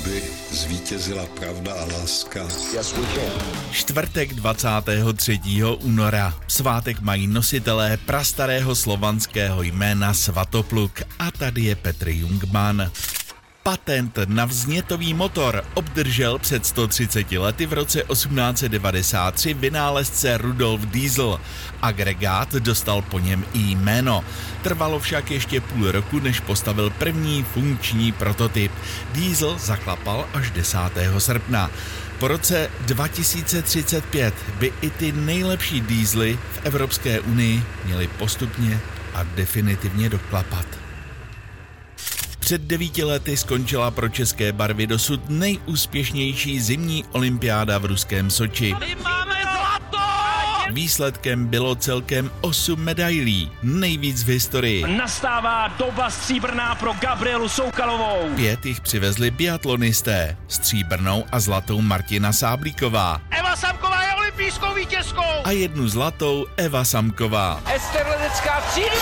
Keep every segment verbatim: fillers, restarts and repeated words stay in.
aby zvítězila pravda a láska. Čtvrtek dvacátého třetího února. Svátek mají nositelé prastarého slovanského jména Svatopluk a tady je Petr Jungmann. Patent na vznětový motor obdržel před sto třiceti lety v roce osmnáct set devadesát tři vynálezce Rudolf Diesel. Agregát dostal po něm i jméno. Trvalo však ještě půl roku, než postavil první funkční prototyp. Diesel zaklapal až desátého srpna. Po roce dva tisíce třicet pět by i ty nejlepší diesely v Evropské unii měly postupně a definitivně doklapat. Před devíti lety skončila pro české barvy dosud nejúspěšnější zimní olympiáda v ruském Soči. Máme zlato! Výsledkem bylo celkem osm medailí, nejvíc v historii. Nastává doba stříbrná pro Gabrielu Soukalovou. Pět jich přivezli biatlonisté, stříbrnou a zlatou Martina Sáblíková. Eva Samková je olympijskou vítězkou. A jednu zlatou Eva Samková. Ester Ledecká v cíli.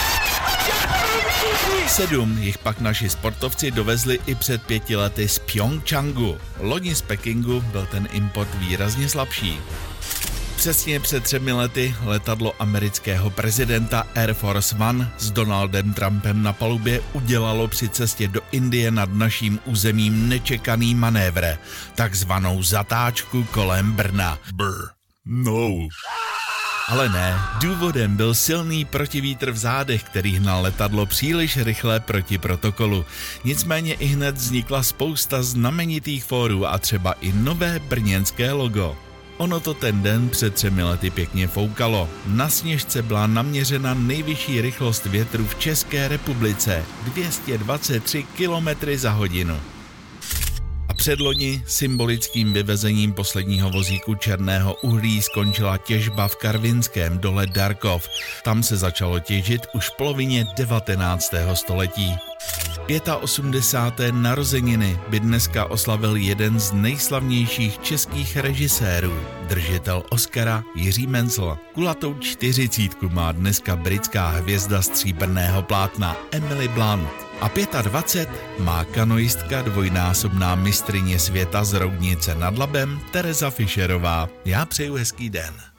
Sedm jich pak naši sportovci dovezli i před pěti lety z Pchjongjangu. Loni z Pekingu byl ten import výrazně slabší. Přesně před třemi lety letadlo amerického prezidenta Air Force One s Donaldem Trumpem na palubě udělalo při cestě do Indie nad naším územím nečekaný manévr, takzvanou zatáčku kolem Brna. Brr. No. Ale ne, důvodem byl silný protivítr v zádech, který hnal letadlo příliš rychle proti protokolu. Nicméně i hned vznikla spousta znamenitých fórů a třeba i nové brněnské logo. Ono to ten den před třemi lety pěkně foukalo. Na Sněžce byla naměřena nejvyšší rychlost větru v České republice, dvě stě dvacet tři kilometrů za hodinu. A předloni symbolickým vyvezením posledního vozíku černého uhlí skončila těžba v karvinském dole Darkov. Tam se začalo těžit už v polovině devatenáctého století. osmdesáté páté narozeniny by dneska oslavil jeden z nejslavnějších českých režisérů, držitel Oscara Jiří Mencl. Kulatou čtyřicítku má dneska britská hvězda stříbrného plátna Emily Blunt. A dvacet pět má kanoistka, dvojnásobná mistryně světa z Roudnice nad Labem Tereza Fischerová. Já přeju hezký den.